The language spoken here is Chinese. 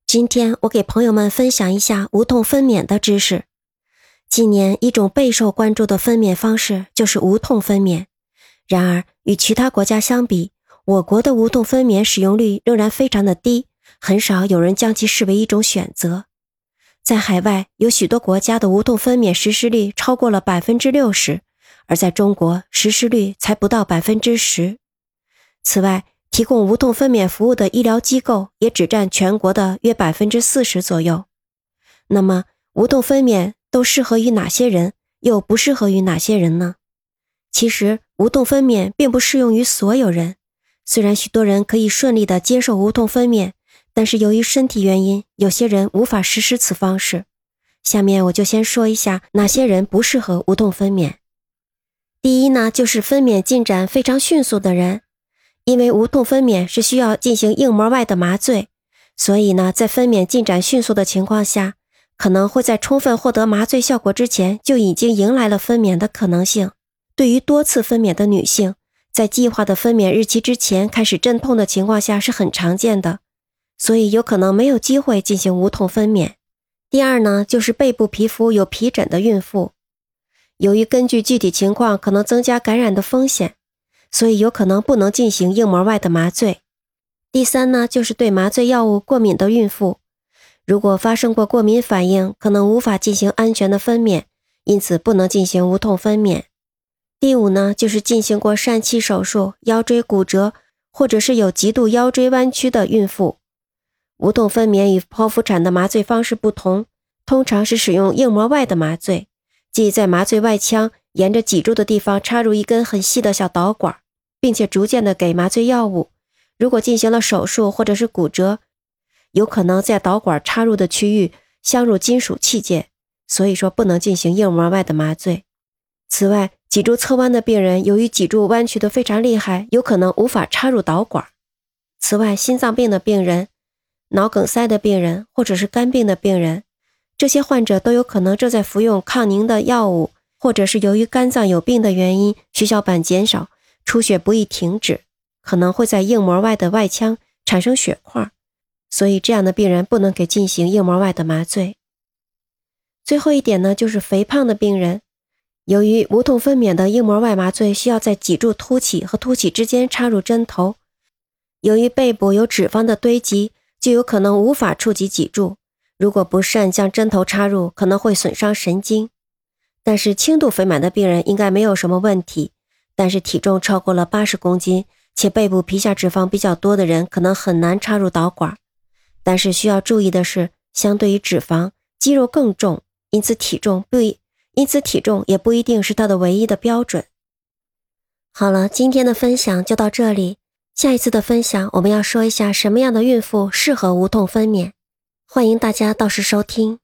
今天我给朋友们分享一下无痛分娩的知识。近年一种备受关注的分娩方式就是无痛分娩。然而，与其他国家相比，我国的无痛分娩使用率仍然非常的低，很少有人将其视为一种选择。在海外，有许多国家的无痛分娩实施率超过了 60%， 而在中国，实施率才不到 10%。此外，提供无痛分娩服务的医疗机构也只占全国的约 40% 左右。那么，无痛分娩都适合于哪些人，又不适合于哪些人呢？其实，无痛分娩并不适用于所有人。虽然许多人可以顺利地接受无痛分娩，但是由于身体原因，有些人无法实施此方式。下面我就先说一下哪些人不适合无痛分娩。第一呢，就是分娩进展非常迅速的人。因为无痛分娩是需要进行硬膜外的麻醉，所以呢，在分娩进展迅速的情况下，可能会在充分获得麻醉效果之前就已经迎来了分娩的可能性。对于多次分娩的女性，在计划的分娩日期之前开始阵痛的情况下是很常见的，所以有可能没有机会进行无痛分娩。第二呢，就是背部皮肤有皮疹的孕妇。由于根据具体情况可能增加感染的风险，所以有可能不能进行硬膜外的麻醉。第三呢，就是对麻醉药物过敏的孕妇。如果发生过过敏反应，可能无法进行安全的分娩，因此不能进行无痛分娩。第五呢，就是进行过疝气手术、腰椎骨折，或者是有极度腰椎弯曲的孕妇。无痛分娩与剖腹产的麻醉方式不同，通常是使用硬膜外的麻醉，即在麻醉外腔沿着脊柱的地方插入一根很细的小导管，并且逐渐的给麻醉药物。如果进行了手术或者是骨折，有可能在导管插入的区域镶入金属器件，所以说不能进行硬膜外的麻醉。此外，脊柱侧弯的病人由于脊柱弯曲得非常厉害，有可能无法插入导管。此外，心脏病的病人、脑梗塞的病人或者是肝病的病人，这些患者都有可能正在服用抗凝的药物，或者是由于肝脏有病的原因，血小板减少，出血不易停止，可能会在硬膜外的外腔产生血块，所以这样的病人不能给进行硬膜外的麻醉。最后一点呢，就是肥胖的病人。由于无痛分娩的硬膜外麻醉需要在脊柱凸起和凸起之间插入针头，由于背部有脂肪的堆积，就有可能无法触及脊柱，如果不慎将针头插入，可能会损伤神经。但是轻度肥满的病人应该没有什么问题，但是体重超过了80公斤且背部皮下脂肪比较多的人可能很难插入导管。但是需要注意的是，相对于脂肪，肌肉更重，因此体重也不一定是它的唯一的标准。好了，今天的分享就到这里。下一次的分享我们要说一下什么样的孕妇适合无痛分娩，欢迎大家到时收听。